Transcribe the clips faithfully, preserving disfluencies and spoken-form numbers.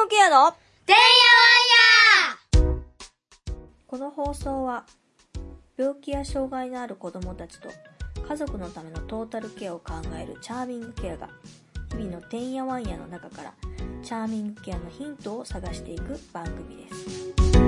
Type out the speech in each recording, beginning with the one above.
グケアのてんやわんや。 この放送は病気や障害のある子どもたちと家族のためのトータルケアを考えるチャーミングケアが日々のてんやわんやの中からチャーミングケアのヒントを探していく番組です。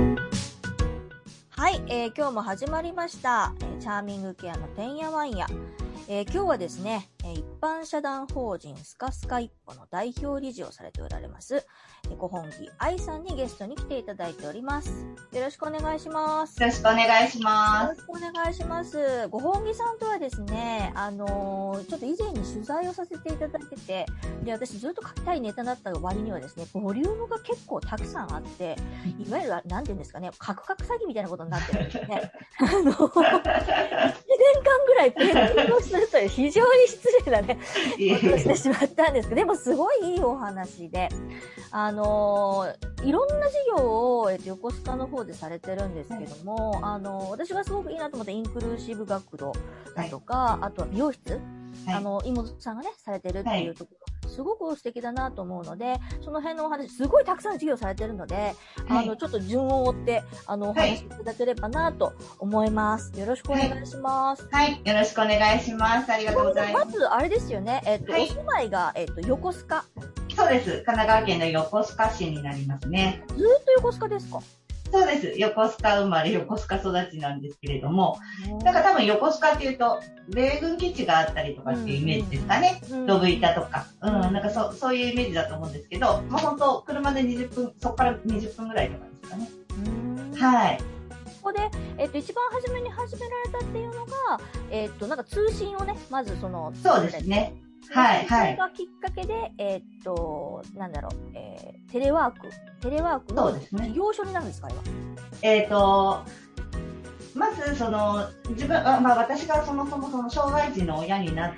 はい、えー、今日も始まりました、えー、チャーミングケアのてんやわんや、えー、今日はですね、えー、一般社団法人スカスカ一歩の代表理事をされておられます、えー、小本木愛さんにゲストに来ていただいております。よろしくお願いします。 よろしくお願いします。 よろしくお願いします。小本木さんとはですね、あのー、ちょっと以前に取材をさせていただいてて、で、私ずっと書きたいネタだった割にはですね、ボリュームが結構たくさんあって、いわゆる、なんていうんですかね、カクカク詐欺みたいなことになってるんですね。あの、いちねんかんぐらいペンディングをするという非常に失礼なね、ことをしてしまったんですけど、でもすごいいいお話で、あのー、いろんな事業を、えっと、横須賀の方でされてるんですけども、はい、あのー、私がすごくいいなと思ったインクルーシブ学童だとか、はい、あとは美容室、はい、あの、妹さんがね、されてるっていうところ、はい、すごく素敵だなと思うので、その辺のお話、すごいたくさん授業されてるので、はい、あの、ちょっと順を追って、あの、お話しいただければなと思います。よろしくお願いします。 はい。はい、よろしくお願いします。ありがとうございます。 まず、あれですよね、えっと、はい、お住まいが、えっと、横須賀。 そうです。神奈川県の横須賀市になりますね。 ずーっと横須賀ですか？ そうです。横須賀生まれ、横須賀育ちなんですけれども、なんか多分横須賀っていうと、米軍基地があったりとかっていうイメージですかね。ドブ板とか。うん、なんかそ、そういうイメージだと思うんですけど、まあ本当、車でにじゅっぷん、そこからにじゅっぷんぐらいとかですかね。はい。 ここで、えっと、一番初めに始められたっていうのが、えっと、なんか通信をね、まずその、 そうですね。はい、はい。 それがきっかけで、えー、っと、なんだろう、えー、テレワーク、テレワークの事業所になるんですか、今。 えー、っと、まず、その、自分、まあ、私がそもそもその障害児の親になって、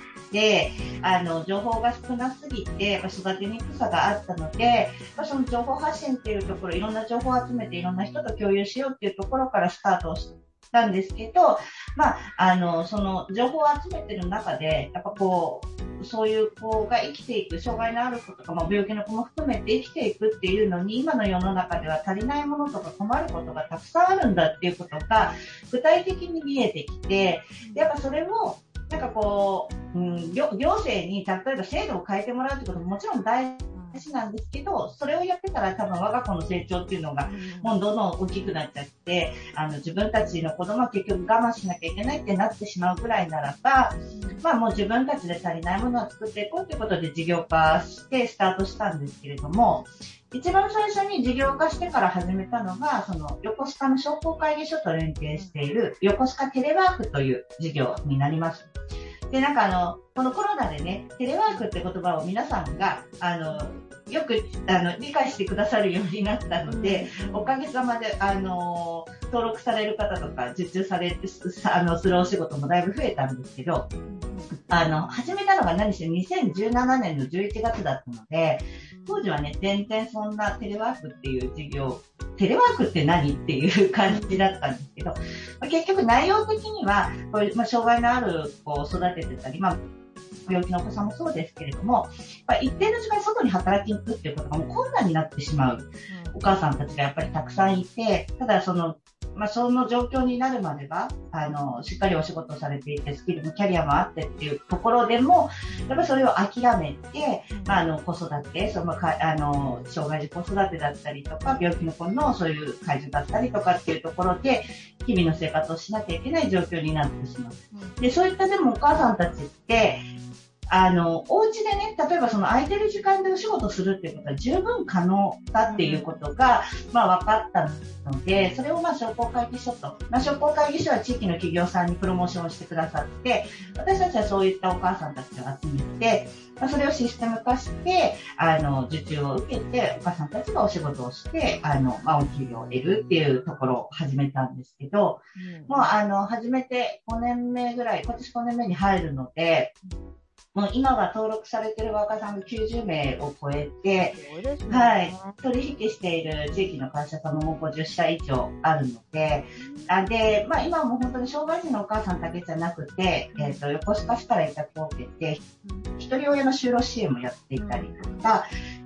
あの、情報が少なすぎて、やっぱ育てにくさがあったので、やっぱその情報発信っていうところ、いろんな情報を集めて、いろんな人と共有しようっていうところからスタートをしたんですけど、まあ、あの、その情報を集めてる中で、やっぱこう、そういう子が生きていく、障害のある子とか、まあ、病気の子も含めて生きていくっていうのに、今の世の中では足りないものとか困ることがたくさんあるんだっていうことが具体的に見えてきて、やっぱそれをなんかこう、うん、行政に例えば制度を変えてもらうってことももちろん大事なんですけど、それをやってたら多分我が子の成長っていうのがもうどんどん大きくなっちゃって、あの自分たちの子供は結局我慢しなきゃいけないってなってしまうぐらいならば、まあもう自分たちで足りないものを作っていこうということで事業化してスタートしたんですけれども、一番最初に事業化してから始めたのが、その横須賀の商工会議所と連携している横須賀テレワークという事業になります。で、なんかあの、このコロナでね、テレワークって言葉を皆さんが、あの、よく、あの、理解してくださるようになったので、おかげさまで、あの、登録される方とか、受注されて、あの、するお仕事もだいぶ増えたんですけど、あの、始めたのが何しろにせんじゅうななねんのじゅういちがつだったので、当時はね、全然そんなテレワークっていう事業、テレワークって何っていう感じだったんですけど、まあ、結局内容的には、こういう、まあ、障害のある子を育ててたり、まあ、病気のお子さんもそうですけれども、まあ、一定の時間外に働きに行くっていうことがもう困難になってしまうお母さんたちがやっぱりたくさんいて、ただその、まあ、その状況になるまでは、あの、しっかりお仕事をされていて、スキルもキャリアもあってっていうところでも、やっぱりそれを諦めて、まあ、あの、子育て、その、かあの、障害児子育てだったりとか、病気の子のそういう介助だったりとかっていうところで、日々の生活をしなきゃいけない状況になってしまう。で、そういったでもお母さんたちって、あの、お家でね、例えばその空いてる時間でお仕事するっていうことは十分可能だっていうことが、うん、まあ分かったので、それをまあ商工会議所と、まあ商工会議所は地域の企業さんにプロモーションをしてくださって、私たちはそういったお母さんたちを集めて、まあ、それをシステム化して、あの、受注を受けて、お母さんたちがお仕事をして、あの、まあお給料を得るっていうところを始めたんですけど、うん、もうあの、始めてごねんめぐらい、今年ごねんめに入るので、もう今は登録されている若さんがきゅうじゅうめいを超えて、ね、はい、取引している地域の会社様もごじゅっしゃ以上あるので、あで、まあ今はもう本当に障害児のお母さんだけじゃなくて、えっと、横須賀市から委託を受けて、一人親の就労支援もやっていたりとか、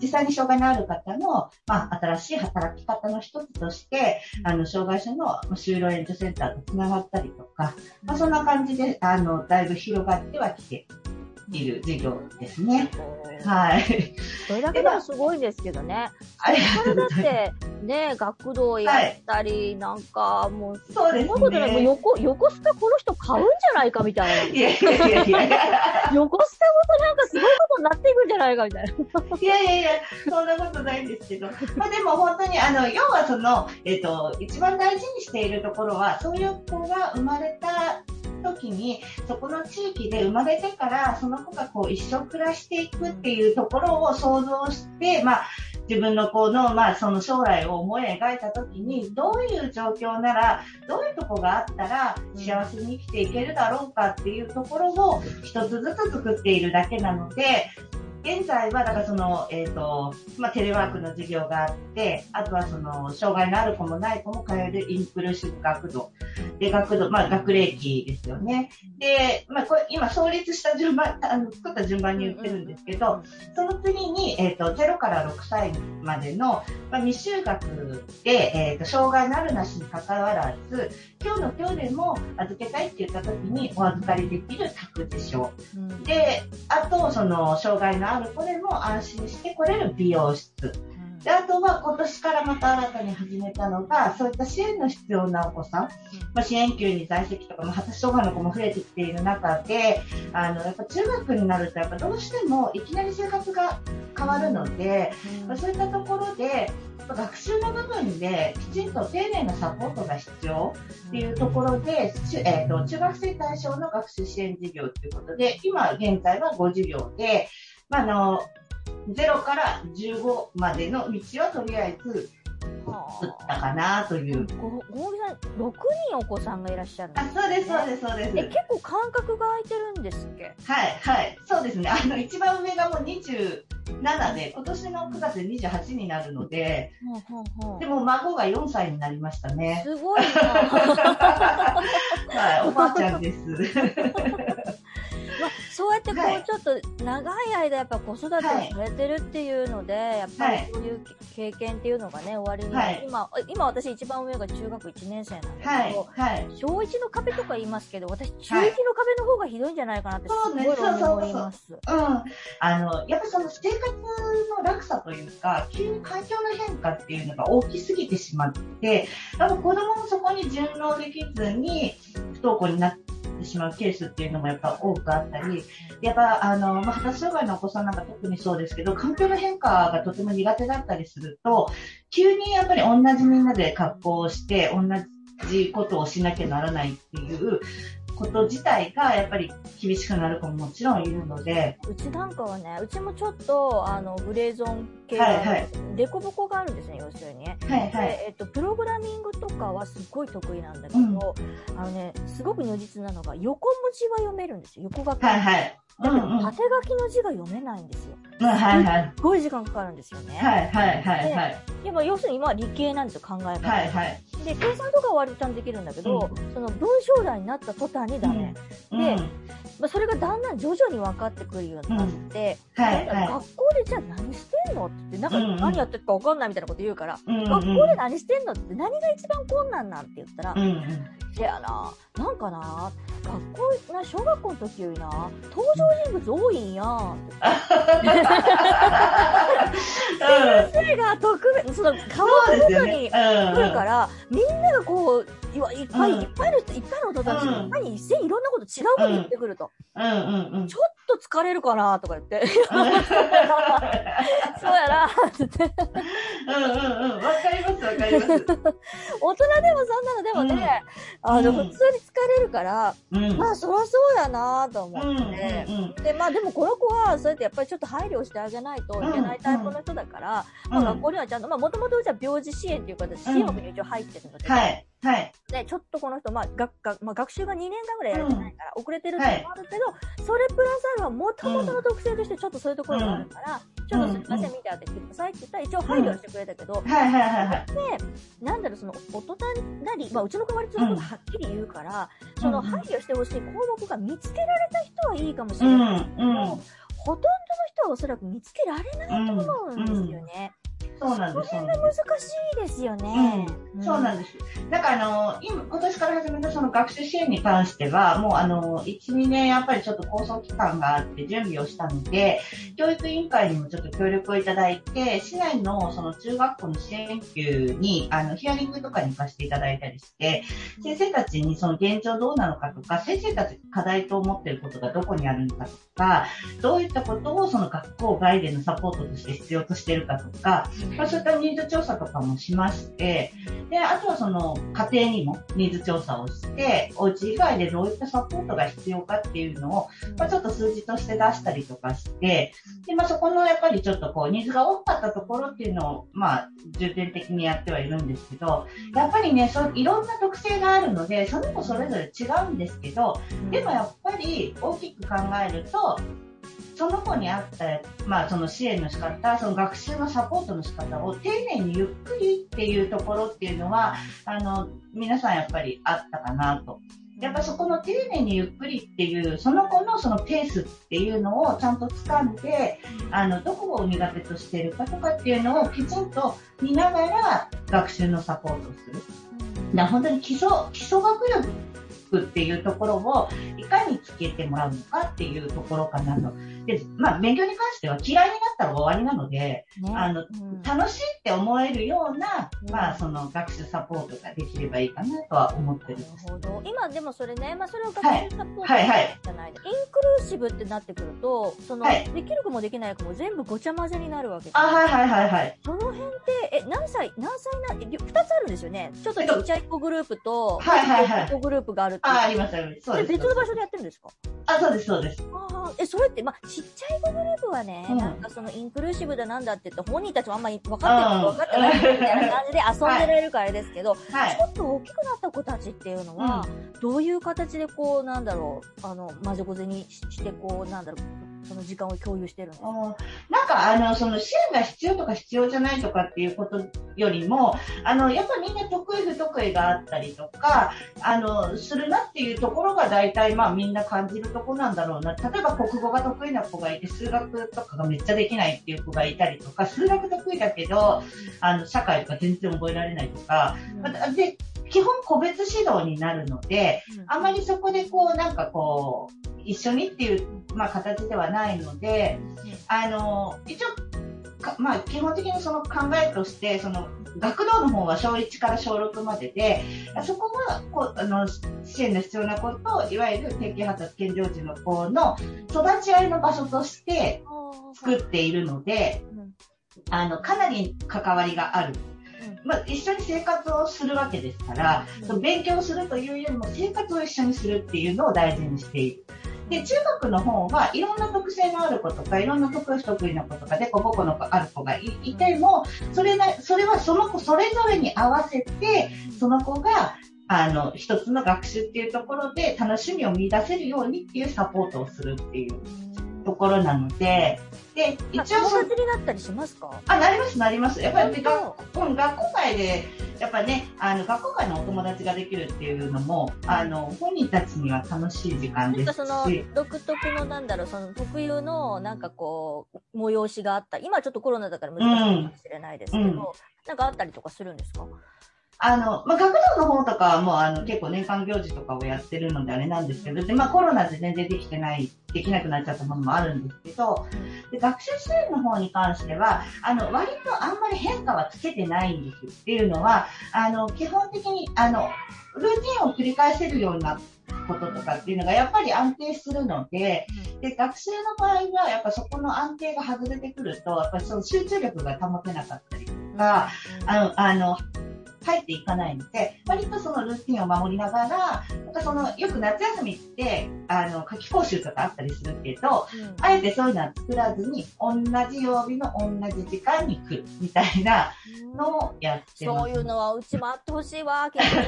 実際に障害のある方の、まあ、新しい働き方の一つとして、あの、障害者の就労援助センターとつながったりとか、まあ、そんな感じで、あの、だいぶ広がってはきている事業ですね。はい。 それだけでもすごいんですけどね。あれからだって、ね、学童やったり、はい、なんか、もう、 そうですね。そんなことない。 もう横、横須賀この人買うんじゃないかみたいな。いやいやいやいや横須賀ごとなんかすごいことになっていくんじゃないかみたいな。 いやいやいや、そんなことないんですけど。まあでも本当に、あの、要はその、えっと、一番大事にしているところは、そういう子が生まれた時に、そこの地域で生まれてから、その子がこう一生暮らしていくっていうところを想像して、まあ、自分の子の、まあ、その将来を思い描いたときに、どういう状況なら、どういうとこがあったら、幸せに生きていけるだろうかっていうところを一つずつ作っているだけなので、現在は、だからその、えっと、まあ、テレワークの授業があって、あとはその、障害のある子もない子も通えるインクルーシブ学童。で、学童、まあ、学齢期ですよね。で、まあ、これ、今、創立した順番、あの、作った順番に言ってるんですけど、その次に、えっと、ゼロからろくさいまでの、まあ、未就学で、えっと、障害のあるなしに関わらず、今日の今日でも預けたいって言った時にお預かりできる託児所。うん、で、あと、その、障害のある子でも安心して来れる美容室。で、あとは今年からまた新たに始めたのが、そういった支援の必要なお子さん、まあ、支援級に在籍とか、まあ、発達障害の子も増えてきている中で、あの、やっぱ中学になると、やっぱどうしてもいきなり生活が変わるので、うんまあ、そういったところで、学習の部分できちんと丁寧なサポートが必要っていうところで、えーと、中学生対象の学習支援事業ということで、今現在はご授業で、まあ、あの、ゼロからじゅうごまでの道はとりあえず作ったかなという。 ご、ごみさん、ろくにんお子さんがいらっしゃるんですね。 あ、そうです、そうです、そうです。 え、結構間隔が空いてるんですっけ？ はい、はい。そうですね。あの、一番上がもうにじゅうななで、今年のくがつでにじゅうはちになるので、うんうんうん、でも孫がよんさいになりましたね。 すごいなはい、おばあちゃんです。 まあ、そうやってこうちょっと長い間やっぱ子育てをされてるっていうので、はい、やっぱりそういう経験っていうのがね、終わりに、はい、今、今私一番上が中学いちねん生なんですけど、はいはい、小いちの壁とか言いますけど、私中いちの壁の方がひどいんじゃないかなってすごい思います。 うん。あの、やっぱその生活の落差というか、急に環境の変化っていうのが大きすぎてしまって、やっぱ子供もそこに順応できずに不登校になってしまうケースっていうのもやっぱ多くあったり、やっぱあの、まあ、発達障害のお子さんなんか特にそうですけど、環境の変化がとても苦手だったりすると、急にやっぱり同じみんなで格好をして、同じことをしなきゃならないっていうこと自体がやっぱり厳しくなる子ももちろんいるので、 うちなんかはね、うちもちょっとあのグレーゾーン系のデコボコがあるんですね、要するにね。はいはい、で、えっと、プログラミングとかはすごい得意なんだけど、うん、あのね、すごく如実なのが横文字は読めるんですよ、横書き。はいはい。だけど、うんうん、縦書きの字が読めないんですよ。はいはい。すごい時間かかるんですよね。 はいはいはいはい。 で、まあ、要するに今は理系なんですよ、考え方。はいはい。で、計算とかは割とちゃんとできるんだけど、うん、その文章題になった途端にダメ。うん、で、うん、まあ、それがだんだん徐々に分かってくるようになって、うんはいはい、学校でじゃあ何してんのって言って、なんか何やってるか分かんないみたいなこと言うから、うんうん、学校で何してんのって何が一番困難なんって言ったら、うんうんせやな、なんかな、学校な、小学校の時よりな、登場人物多いんやんって。先生が特別、その、顔ごとに来るから、みんながこう、いわいっぱい、うん、いっぱいの人、いっぱいの人たちがいっぱいに一斉にいろんなこと違うこと言ってくると。うんうんうん、ちょっと疲れるかなとか言って。そうやなって言って。 うんうんうん。わかりますわかります。大人でもそんなのでもね、うん、あの、普通に疲れるから、うん、まあそりゃそうやなと思って、うんうんうん。で、まあでもこの子は、そうやってやっぱりちょっと配慮してあげないといけないタイプの人だから、うんうん、まあ学校にはちゃんと、まあもともとじゃあ病児支援っていう形で支援枠に一応入ってるので、 うん、はい。はい。 で、ちょっとこの人、まあ、学、学、まあ、学習がにねんかんぐらいやれてないから、うん、遅れてるってのもあるけど、はい、それプラスアルファ、もともとの特性としてちょっとそういうところがあるから、うん、ちょっとすみません、見てあげてくださいって言ったら、一応配慮してくれたけど、うん、はいはいはいはい。で、なんだろう、その、大人なり、まあ、うちの子割とそういうことはっきり言うから、うん、その、配慮してほしい項目が見つけられた人はいいかもしれないけど、うんうん、ほとんどの人はおそらく見つけられないと思うんですよね。 うんうん、そうなんです。 その辺が難しいですよね。 うん、そうなんです。だからあの今今年から始めたその学習支援に関してはもうあのいち、にねんやっぱりちょっと構想期間があって準備をしたので、教育委員会にもちょっと協力をいただいて、市内のその中学校の支援級にあのヒアリングとかに行かせていただいたりして、先生たちにその現状どうなのかとか、先生たち課題と思っていることがどこにあるのかとか、どういったことをその学校外でのサポートとして必要としているかとか、まあ、そういったニーズ調査とかもしまして、で、あとはその家庭にもニーズ調査をして、お家以外でどういったサポートが必要かっていうのを、まあ、ちょっと数字として出したりとかして、で、まあ、そこのやっぱりちょっとこうニーズが多かったところっていうのを、まあ、重点的にやってはいるんですけど、やっぱりね、そいろんな特性があるので、その子それぞれ違うんですけど、でもやっぱり大きく考えると、その子に合った、まあ、その支援の仕方、その学習のサポートの仕方を丁寧にゆっくりっていうところっていうのは、あの、皆さんやっぱりあったかなと。やっぱそこの丁寧にゆっくりっていう、その子のそのペースっていうのをちゃんと掴んで、あの、どこを苦手としているかとかっていうのをきちんと見ながら学習のサポートをする。だ本当に基礎、基礎学力っていうところをいかにつけてもらうのかっていうところかなと。で、まあ、勉強に関しては嫌いになったら終わりなので、ね、あの、うん、楽しいって思えるような、うん、まあ、その学習サポートができればいいかなとは思ってるんです。 なるほど。今でもそれね、まあ、それを学習サポートじゃない、はいはいはい、インクルーシブってなってくると、その、はい、できる子もできない子も全部ごちゃ混ぜになるわけです。 あ、はいはいはいはい。 その辺って、え、何歳、何歳な、ふたつあるんですよね。ちょっとちっちゃい子グループと、 はいはいはい。 子グループがあるって。 あ、ありますあります。 そうです。別の場所でやってるんですか？ あ、そうですそうです。 ああ、え、それって、まあ、ちっちゃい子グループはね、うん、なんかそのインクルーシブだなんだって言って本人たちもあんまり分かってるか分かってないみたいな感じで遊んでられるからあれですけど、はい、ちょっと大きくなった子たちっていうのは、うん、どういう形でこう、なんだろう、あの、混ぜこぜにしてこう、なんだろう、その時間を共有してるんですか？ なんかあのその支援が必要とか必要じゃないとかっていうことよりも、あのやっぱりみんな得意不得意があったりとかあのするなっていうところが大体まあみんな感じるところなんだろうな。例えば国語が得意な子がいて数学とかがめっちゃできないっていう子がいたりとか、数学得意だけどあの社会とか全然覚えられないとか、うん、で基本個別指導になるので、あまりそこでこうなんかこう一緒にっていう、まあ、形ではないので、あの一応まあ、基本的にその考えとしてその学童の方はしょういちからしょうろくまでで、そこはこうあの支援の必要な子といわゆる低級発達健常児の子の育ち合いの場所として作っているので、あのかなり関わりがある。まあ、一緒に生活をするわけですから、その勉強するというよりも生活を一緒にするっていうのを大事にしている。で、中学の方はいろんな特性のある子とか、いろんな得意不得意な子とか、でこぼこのある子が い, いても、それな、それはその子それぞれに合わせて、その子が、あの、一つの学習っていうところで楽しみを見出せるようにっていうサポートをするっていうところなので、で、 一応友達になったりしますか？ あ、なります、なります。やっぱり学、うん、学校外で、やっぱね、あの、学校外のお友達ができるっていうのも、あの、本人たちには楽しい時間ですし。 なんかその、独特のなんだろう、その特有の、なんかこう、催しがあったり、今ちょっとコロナだから難しいかもしれないですけど、うん、なんかあったりとかするんですか？ あの、まあ、学童の方とかはもうあの結構年間行事とかをやってるのであれなんですけど、で、まあ、コロナで全然できてない、できなくなっちゃったものもあるんですけど、で、学習支援の方に関しては、あの、割とあんまり変化はつけてないんですっていうのは、あの、基本的に、あの、ルーティンを繰り返せるようなこととかっていうのがやっぱり安定するので、で、学生の場合はやっぱそこの安定が外れてくると、やっぱりその集中力が保てなかったりとか、あの、あの、入っていかないので、割とそのルーティンを守りながら、なんかそのよく夏休みってあの夏期講習とかあったりするけど、うん、あえてそういうのは作らずに同じ曜日の同じ時間に来るみたいなのをやってます。 そういうのはうちもあってほしいわ。結構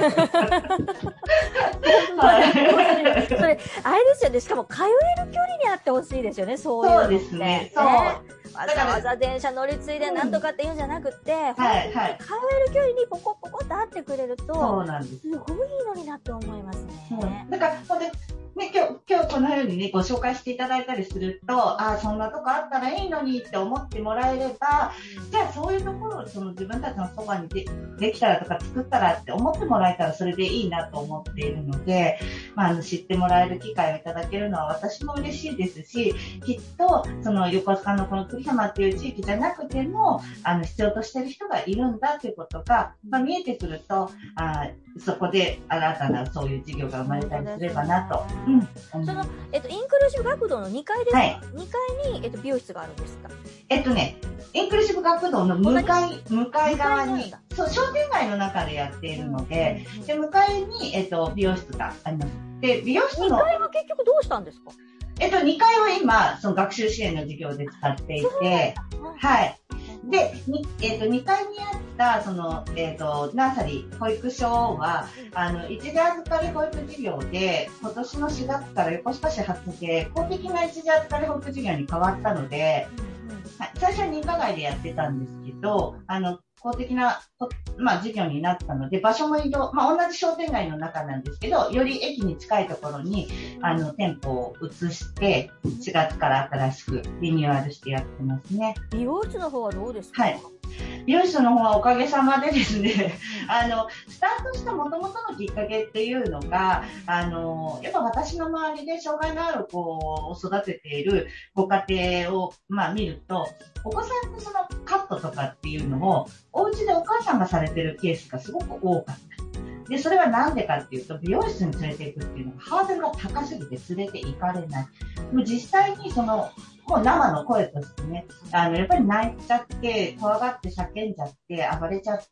それあれですよね。しかも通える距離にあってほしいですよね。そういうのって。 そうですね。そう。 ね、わざわざ電車乗り継いでなんとかって言うんじゃなくて、うん、はいはい、通える距離にポコポコって会ってくれると、 そうなんです。 すごいいいのになって思いますね。 うん、だからほんでね、今日、今日このようにね、ご紹介していただいたりすると、ああ、そんなとこあったらいいのにって思ってもらえれば、じゃあそういうところをその自分たちのそばにで、できたらとか作ったらって思ってもらえたらそれでいいなと思っているので、まあ、あの知ってもらえる機会をいただけるのは私も嬉しいですし、きっとその横須賀のこの久里浜っていう地域じゃなくても、あの必要としている人がいるんだということが、まあ、見えてくると、あそこで新たなそういう事業が生まれたりすればなと。 うん、その、えっと、インクルーシブ学童のにかいですか、はい、にかいに、えっと、美容室があるんですか？ えっとね、インクルーシブ学童の向かい、向かい側に、そう、商店街の中でやっているので、うんうん、で、向かいに、えっと、美容室があります。で、美容室の。にかいは結局どうしたんですか？えっと、にかいは今、その学習支援の授業で使っていて、はい。で、に、えっと、にかいにあった、その、えっと、ナーサリー、保育所は、あの、一時預かり保育事業で、今年のしがつから横須賀市発で、公的な一時預かり保育事業に変わったので、はい、最初は認可外でやってたんですけど、あの、公的な、まあ、事業になったので、場所も移動、まあ、同じ商店街の中なんですけど、より駅に近いところに、あの、店舗を移して、しがつから新しくリニューアルしてやってますね。 美容室の方はどうですか？ はい。美容室の方はおかげさまでですね、あの、スタートした元々のきっかけっていうのが、あの、やっぱ私の周りで障害のある子を育てているご家庭を、まあ見ると、お子さんのそのカットとかっていうのを、お家でお母さんがされてるケースがすごく多かった。で、それはなんでかっていうと、美容室に連れていくっていうのがハードルが高すぎて連れて行かれない。でも実際にその、もう生の声としてね、あの、やっぱり泣いちゃって、怖がって叫んじゃって、暴れちゃって、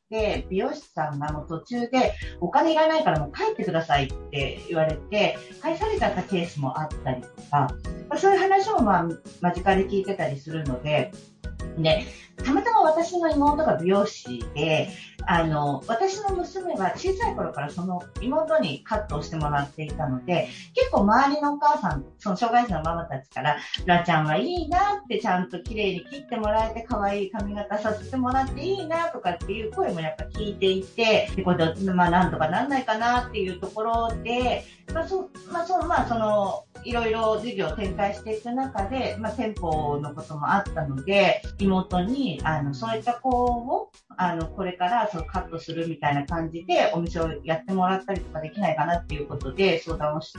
美容師さんがもう途中で、お金いらないからもう帰ってくださいって言われて、返されちゃったケースもあったりとか、そういう話もまあ、間近で聞いてたりするので、で、たまたま私の妹が美容師で、あの、私の娘は小さい頃からその妹にカットをしてもらっていたので、結構周りのお母さん、その障害者のママたちから、ラちゃんはいいなってちゃんと綺麗に切ってもらえて可愛い髪型させてもらっていいなとかっていう声もやっぱ聞いていて、で、これで、まあなんとかなんないかなっていうところで、まあそ、まあその、まあその、いろいろ事業を展開していく中で、まあ店舗のこともあったので、妹に、あの、そういった子を、あの、これからそうカットするみたいな感じでお店をやってもらったりとかできないかなっていうことで相談をして、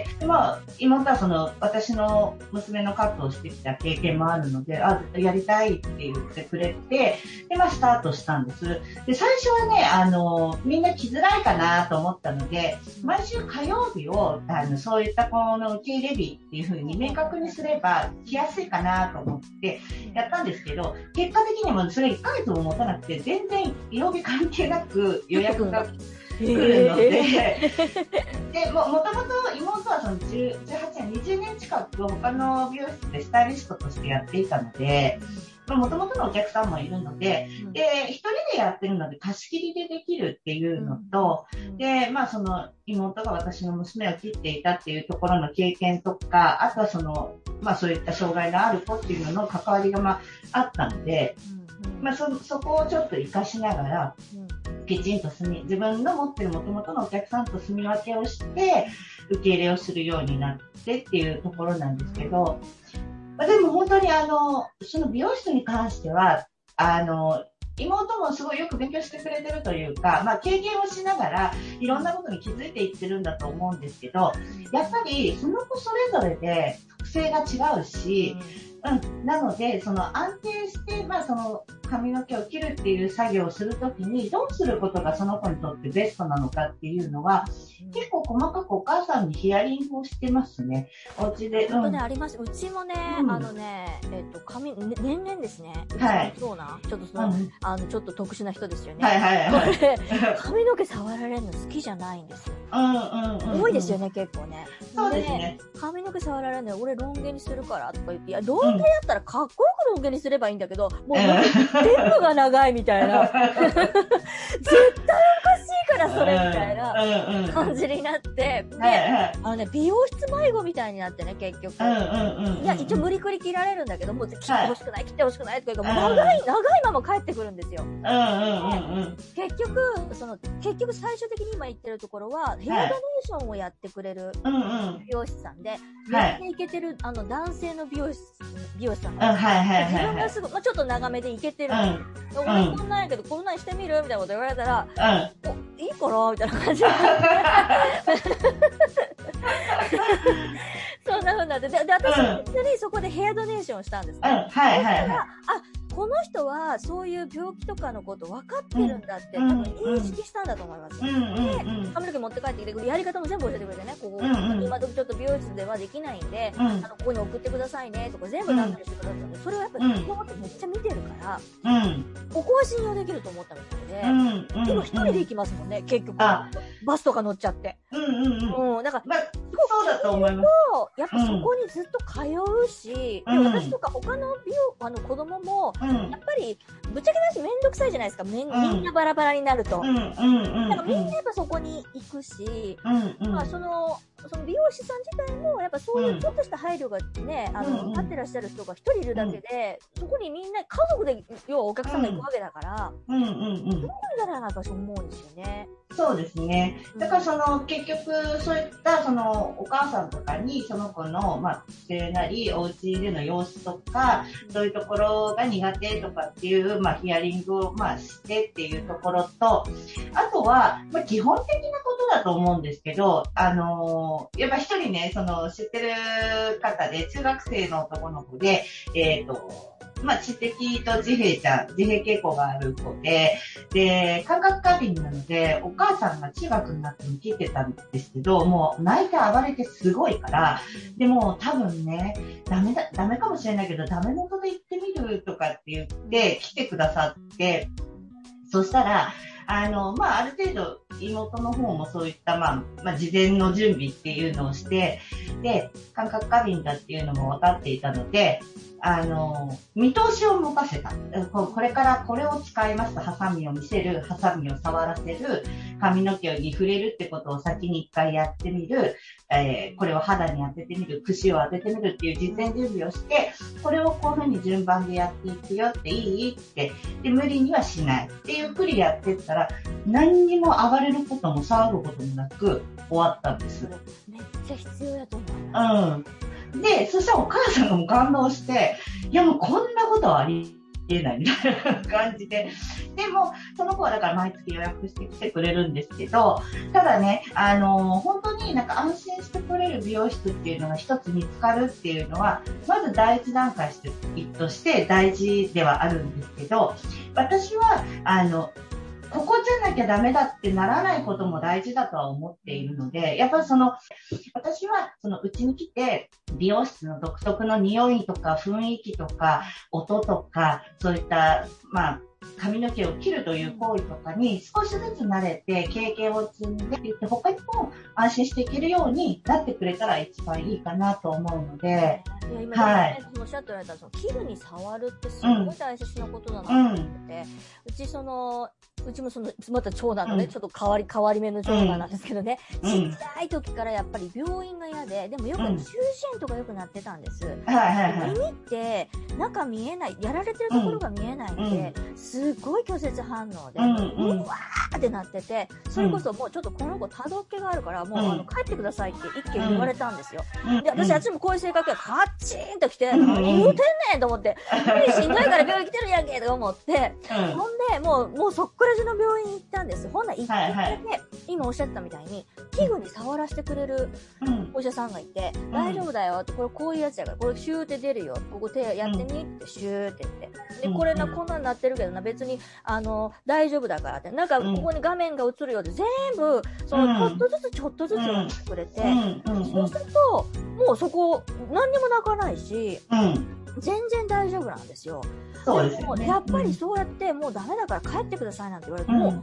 で、まあ、妹はその、私の娘のカットをしてきた経験もあるので、あ、やりたいって言ってくれて、で、まあ、スタートしたんです。で、最初はね、あの、みんな来づらいかなと思ったので、毎週火曜日を、あの、そういった子の受け入れ日っていう風に明確にすれば来やすいかなと思ってやったんですけど、結果的にもそれいっかげつも持たなくて、全然曜日関係なく予約が来るので、で、も、もともと妹はそのじゅう、じゅうはちねん、にじゅうねん近く他の美容室でスタイリストとしてやっていたので、もともとのお客さんもいるので、で、一人でやってるので貸し切りでできるっていうのと、で、まあその妹が私の娘を切っていたっていうところの経験とか、あとはその、まあそういった障害のある子っていうのの関わりがまああったので、まあそ、そこをちょっと活かしながら、きちんと住み、自分の持ってる元々のお客さんと住み分けをして、受け入れをするようになってっていうところなんですけど、まあ、でも本当にあの、その美容室に関しては、あの、妹もすごいよく勉強してくれてるというか、まあ経験をしながらいろんなことに気づいていってるんだと思うんですけど、やっぱりその子それぞれで特性が違うし、うん、なので、その安定して、まあその髪の毛を切るっていう作業をするときにどうすることがその子にとってベストなのかっていうのは、結構細かくお母さんにヒアリングをしてますね。お家で。 本当ね、うん、あります。うちもね、うん、あのね、えっと、髪、ね、年々ですね。 はい。 そうな。ちょっとその、うん、あの、ちょっと特殊な人ですよね。 はいはいはい。 これ、髪の毛触られるの好きじゃないんですよ。 うんうんうん、うん。 多いですよね、結構ね。 そうですね。 髪の毛触られるのよ、俺ロン毛にするからとか言って、いや、ロン毛やったらかっこよくロン毛にすればいいんだけど、もう、全部が長いみたいな。絶対おかしいかなそれみたいな感じになって、で、あのね、美容室迷子みたいになってね、結局。いや、一応無理くり切られるんだけど、もう切ってほしくない、切ってほしくないとか言うから、もう長い、長いまま帰ってくるんですよ。結局、その、結局最終的に今言ってるところは、ヘアドネーションをやってくれる美容師さんで、やっていけてる、あの、男性の美容師、美容師さんが、自分がすごい、まあちょっと長めでいけてる。俺こんなんやけど、こんなんしてみるみたいなこと言われたら、お、いいかなみたいな感じで。そんな風になって、で、で私、本当にそこでヘアドネーションしたんですね。はいはいはい。あ、この人はそういう病気とかのこと分かってるんだって、多分認識したんだと思います。で、髪の毛持って帰ってきて、やり方も全部教えてくれてね、ここ、今時ちょっと美容室ではできないんで、あの、ここに送ってくださいね、とか全部段取りしてくださったんで、それをやっぱりこうってめっちゃ見てるから、ここは信用できると思ったみたいで、でも一人で行きますもんね、結局。バスとか乗っちゃって。うん。だから、 そうだと思います。 やっぱそこにずっと通うし、で私とか他の美容、あの子供も、やっぱり、ぶっちゃけなしめんどくさいじゃないですか。みんなバラバラになると。だからみんなやっぱそこに行くし、まあその、その美容師さん自体も、やっぱそういうちょっとした配慮がね、あの、立ってらっしゃる人が一人いるだけで、そこにみんな家族で、要はお客さんが行くわけだから、そうなんじゃないかなと私思うんですよね。 そうですね。だからその、結局、そういった、その、お母さんとかに、その子の、まあ、家庭なり、お家での様子とか、そういうところが苦手とかっていう、まあ、ヒアリングを、まあ、してっていうところと、あとは、まあ、基本的なことだと思うんですけど、あのー、やっぱ一人ね、その、知ってる方で、中学生の男の子で、えっと、まあ、知的と自閉ちゃん、自閉傾向がある子で、で、感覚過敏なので、お母さんが中学になっても切ってたんですけど、もう泣いて暴れてすごいから、でも多分ね、ダメだ、ダメかもしれないけど、ダメ元で言ってみるとかって言って、来てくださって、そしたら、あの、まあ、ある程度、妹の方もそういった、まあ、まあ、事前の準備っていうのをして、で、感覚過敏だっていうのも分かっていたので、あの、見通しを持たせた。これからこれを使いますと、ハサミを見せる、ハサミを触らせる、髪の毛に触れるってことを先に一回やってみる、えー、これを肌に当ててみる、櫛を当ててみるっていう事前準備をして、これをこういうふうに順番でやっていくよっていいって、で、無理にはしないっていうふうにやってったら、何にも暴れることも騒ぐこともなく終わったんです。 めっちゃ必要やと思います。 うん。で、そしたらお母さんがもう感動して、いやもうこんなことはありえないみたいな感じで。でも、その子はだから毎月予約してきてくれるんですけど、ただね、あのー、本当になんか安心して来れる美容室っていうのが一つ見つかるっていうのは、まず第一段階として大事ではあるんですけど、私は、あの、ここじゃなきゃダメだってならないことも大事だとは思っているので、やっぱりその、私はそのうちに来て、美容室の独特の匂いとか雰囲気とか音とか、そういった、まあ、髪の毛を切るという行為とかに少しずつ慣れて経験を積んでいって他にも安心していけるようになってくれたら一番いいかなと思うので、いや今、はい、おっしゃっておられたその切るに触るってすごい大切なことだなと思ってて、うん、うちそのうちもそのまた長男のね、うん、ちょっと変わり変わり目の長男なんですけどね、うん、ちっちゃい時からやっぱり病院が嫌で、でもよく中耳炎とかよくなってたんです。うん、耳って中見えない、やられてるところが見えないんで、うん、すごい拒絶反応で、うん、うわーってなってて、それこそもうちょっとこの子多動気があるからもう、うん、あの帰ってくださいって一見言われたんですよ。うん、で私あっちもこういう性格がカッチーンと来て、うん、何言うてんねんと思って、しんどいから病院来てるやんけと思って、うん、ほんでもうもうそっからの病院に行ったんです。ほんなら一回だけ、今おっしゃったみたいに器具に触らせてくれるお医者さんがいて、うん、大丈夫だよって、これこういうやつやからこれシューって出るよ、ここ手やってみってシューって言って、でこれなこんなになってるけどな別にあの大丈夫だからって、なんかここに画面が映るようで全部そのちょっとずつちょっとずつやってくれて、そうするともうそこ何にも泣かないし、全然大丈夫なんですよ。 そうですよね。 やっぱりそうやってもうダメだから帰ってくださいなんて言われても、うん、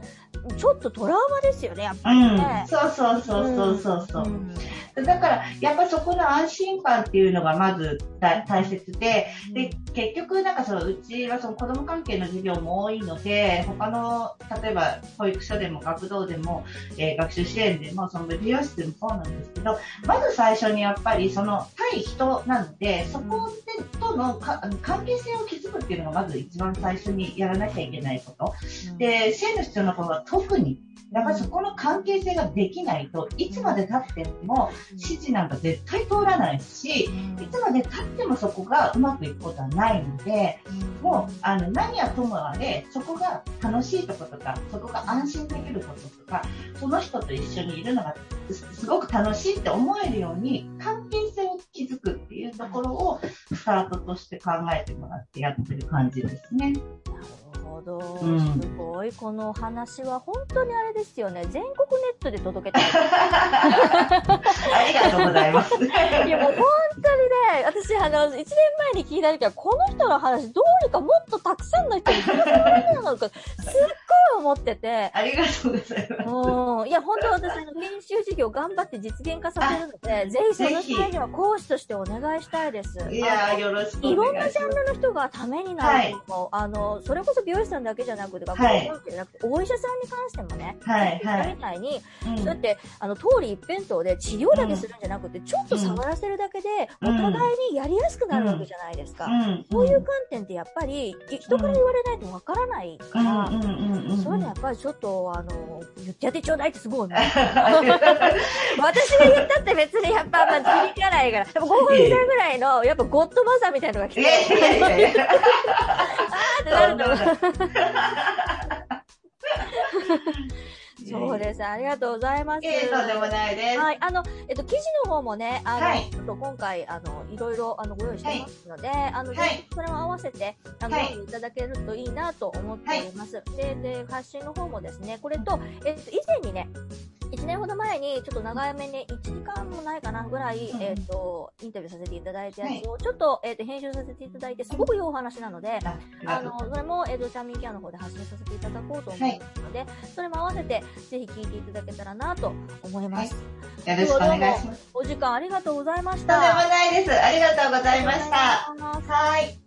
ちょっとトラウマですよね、やっぱうりね。 ん、そうそうそうそうそうそう。 うんだから、やっぱそこの安心感っていうのがまず大切で、で、結局なんかそのうちはその子供関係の授業も多いので、他の、例えば保育所でも学童でも、えー学習支援でも、その美容室でもそうなんですけど、まず最初にやっぱりその対人なので、そこでとのか関係性を築くっていうのがまず一番最初にやらなきゃいけないこと。で、支援の必要な子は特に、やっぱりそこの関係性ができないといつまで経っても指示なんか絶対通らないし、いつまで経ってもそこがうまくいくことはないので、もうあの何はともあれそこが楽しいところとか、そこが安心できることとか、その人と一緒にいるのがすごく楽しいって思えるように関係性を築くっていうところをスタートとして考えてもらってやってる感じですね。 なるほど、 うん、 すごい。この話は本当にあれですよね。全国ネットで届けたい。 ありがとうございます。 いやもう本当にね、私あのいちねんまえに聞いた時はこの人の話どうにかもっとたくさんの人に聞かせられるのかすっごい思ってて。 ありがとうございます。 うん、いや本当私あの研修事業頑張って実現化させるので、ぜひその際には講師としてお願いしたいです。 いやよろしくお願いします。 いろんなジャンルの人がためになるのも、はい、あのそれこそ美容師さんだけじゃなくて学校関係じゃなくて、はい、お医者さんに関してもね、 はいはい、 みたいに、うん、そうやってあの通り一辺倒で治療だけするんじゃなくて、うん、ちょっと触らせるだけで、うん、お互いにやりやすくなるわけじゃないですか。うん、そういう観点ってやっぱり人から言われないとわからないから、うん、そういうのやっぱりちょっとあの言ってやってちょうだいってすごい思う。私が言ったって別にやっぱまあ響かないから、やっぱごほんさんぐらいのやっぱゴッドマザーみたいなのが来て、あーってなると思う。そうです。ありがとうございます。 ええ、とんでもないです。 はい。あの、えっと、記事の方もね、あの、 はい、 ちょっと今回、あの、いろいろ、あの、ご用意してますので、はい、あの、ぜひ、それも合わせて、あの、はい、読んでいただけるといいなと思っております。はい、で、で、発信の方もですね、これと、えっと、以前にね、いちねんほど前に、ちょっと長めにいちじかんもないかなぐらい、うん、えっと、インタビューさせていただいたやつを、ちょっと、えっと、編集させていただいて、すごくいいお話なので、あの、それも、えっと、チャーミンケアの方で発信させていただこうと思いますので、はい、それも合わせて、ぜひ聞いていただけたらなと思います。 はい、よろしくお願いします。 お時間ありがとうございました。 とんでもないです。ありがとうございました。はい。